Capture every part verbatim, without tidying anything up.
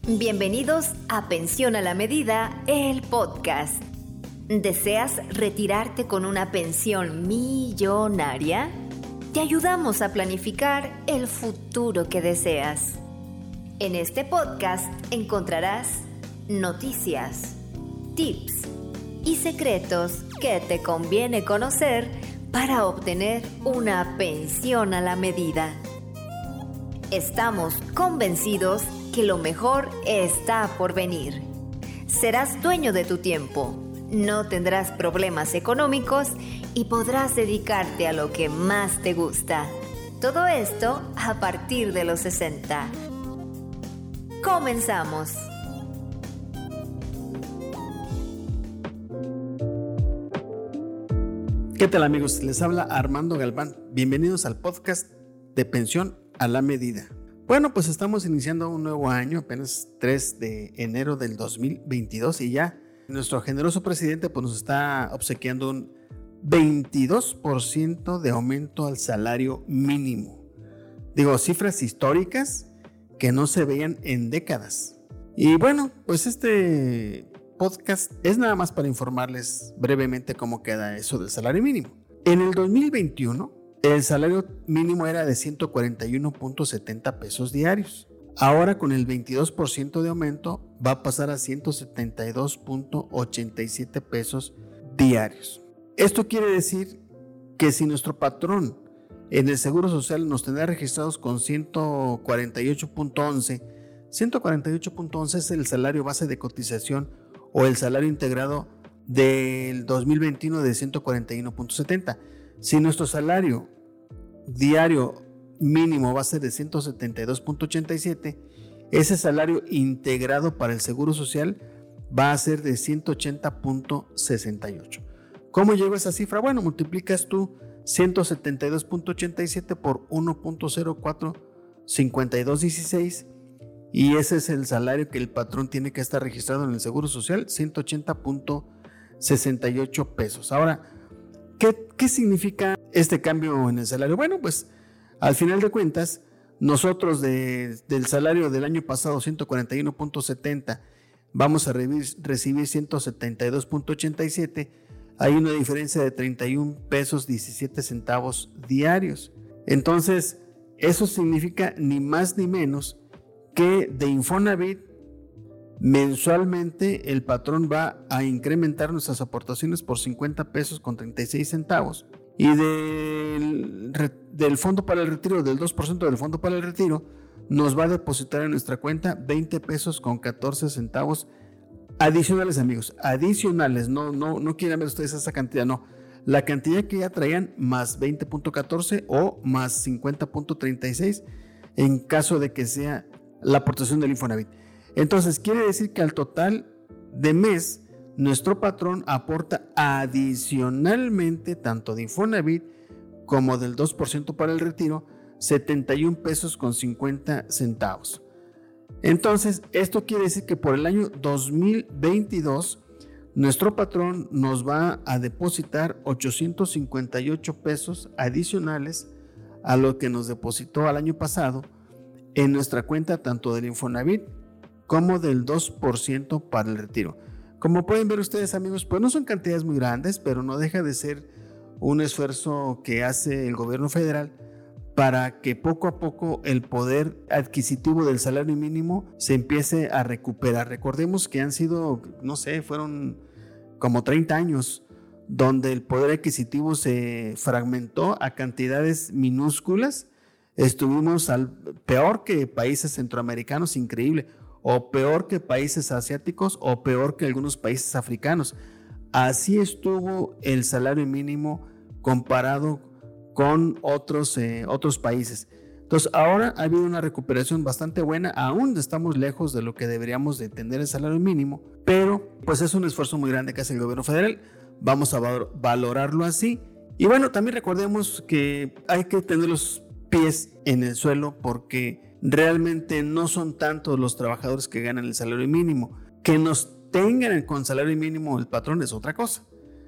Bienvenidos a Pensión a la Medida, el podcast. ¿Deseas retirarte con una pensión millonaria? Te ayudamos a planificar el futuro que deseas. En este podcast encontrarás noticias, tips y secretos que te conviene conocer para obtener una pensión a la medida. Estamos convencidos que lo mejor está por venir. Serás dueño de tu tiempo, no tendrás problemas económicos y podrás dedicarte a lo que más te gusta. Todo esto a partir de los sesenta. Comenzamos. ¿Qué tal, amigos? Les habla Armando Galván. Bienvenidos al podcast de Pensión a la Medida. Bueno, pues estamos iniciando un nuevo año, apenas tres de enero del dos mil veintidós, y ya nuestro generoso presidente pues, nos está obsequiando un veintidós por ciento de aumento al salario mínimo. Digo, cifras históricas que no se veían en décadas. Y bueno, pues este podcast es nada más para informarles brevemente cómo queda eso del salario mínimo. En el dos mil veintiuno, el salario mínimo era de ciento cuarenta y uno punto setenta pesos diarios. Ahora, con el veintidós por ciento de aumento, va a pasar a ciento setenta y dos punto ochenta y siete pesos diarios. Esto quiere decir que si nuestro patrón en el Seguro Social nos tendrá registrados con ciento cuarenta y ocho punto once, ciento cuarenta y ocho punto once es el salario base de cotización o el salario integrado del dos mil veintiuno de ciento cuarenta y uno punto setenta. Si nuestro salario diario mínimo va a ser de ciento setenta y dos punto ochenta y siete, ese salario integrado para el Seguro Social va a ser de ciento ochenta punto sesenta y ocho. ¿Cómo llegó a esa cifra? Bueno, multiplicas tú ciento setenta y dos punto ochenta y siete por uno punto cero cuatro cinco dos uno seis y ese es el salario que el patrón tiene que estar registrado en el Seguro Social, ciento ochenta punto sesenta y ocho pesos. Ahora, ¿qué, qué significa este cambio en el salario? Bueno, pues al final de cuentas, nosotros de, del salario del año pasado, ciento cuarenta y uno punto setenta, vamos a re- recibir ciento setenta y dos punto ochenta y siete. Hay una diferencia de treinta y un pesos diecisiete centavos diarios. Entonces, eso significa ni más ni menos que de Infonavit mensualmente el patrón va a incrementar nuestras aportaciones por cincuenta pesos con treinta y seis centavos. Y del, del fondo para el retiro, del dos por ciento del fondo para el retiro, nos va a depositar en nuestra cuenta veinte pesos con catorce centavos adicionales, amigos. Adicionales, no, no, no quieran ver ustedes esa cantidad, no. La cantidad que ya traían más veinte punto catorce o más cincuenta punto treinta y seis en caso de que sea la aportación del Infonavit. Entonces, quiere decir que al total de mes, nuestro patrón aporta adicionalmente, tanto de Infonavit como del dos por ciento para el retiro, setenta y un pesos con cincuenta centavos. Entonces, esto quiere decir que por el año dos mil veintidós, nuestro patrón nos va a depositar ochocientos cincuenta y ocho pesos adicionales a lo que nos depositó al año pasado en nuestra cuenta, tanto del Infonavit como del dos por ciento para el retiro. Como pueden ver ustedes, amigos, pues no son cantidades muy grandes, pero no deja de ser un esfuerzo que hace el gobierno federal para que poco a poco el poder adquisitivo del salario mínimo se empiece a recuperar. Recordemos que han sido, no sé, fueron como treinta años donde el poder adquisitivo se fragmentó a cantidades minúsculas. Estuvimos al, peor que países centroamericanos, increíble, o peor que países asiáticos, o peor que algunos países africanos. Así estuvo el salario mínimo comparado con otros, eh, otros países. Entonces, ahora ha habido una recuperación bastante buena. Aún estamos lejos de lo que deberíamos de tener el salario mínimo, pero pues es un esfuerzo muy grande que hace el gobierno federal. Vamos a valorarlo así. Y bueno, también recordemos que hay que tener los pies en el suelo porque realmente no son tantos los trabajadores que ganan el salario mínimo. Que nos tengan con salario mínimo el patrón es otra cosa.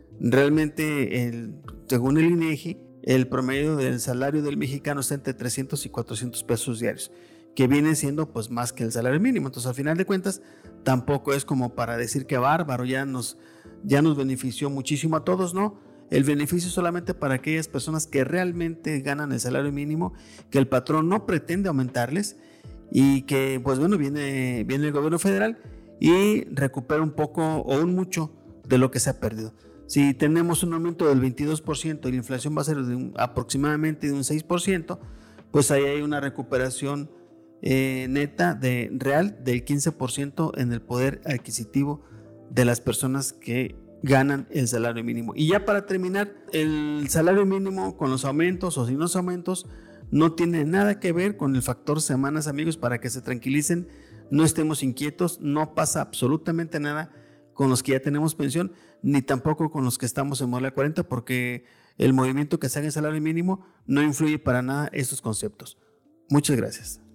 Realmente, el, según el INEGI, el promedio del salario del mexicano está entre trescientos y cuatrocientos pesos diarios. que viene siendo pues más que el salario mínimo. Entonces, al final de cuentas, tampoco es como para decir que bárbaro, ya nos, ya nos benefició muchísimo a todos, ¿no? El beneficio es solamente para aquellas personas que realmente ganan el salario mínimo, que el patrón no pretende aumentarles y que, pues bueno, viene, viene el gobierno federal y recupera un poco o un mucho de lo que se ha perdido. Si tenemos un aumento del veintidós por ciento y la inflación va a ser de un, aproximadamente de un seis por ciento, pues ahí hay una recuperación eh, neta de real del quince por ciento en el poder adquisitivo de las personas que ganan el salario mínimo. Y ya para terminar, el salario mínimo con los aumentos o sin los aumentos no tiene nada que ver con el factor semanas, amigos, para que se tranquilicen, no estemos inquietos, no pasa absolutamente nada con los que ya tenemos pensión, ni tampoco con los que estamos en modalidad cuarenta, porque el movimiento que se haga en salario mínimo no influye para nada estos conceptos. Muchas gracias.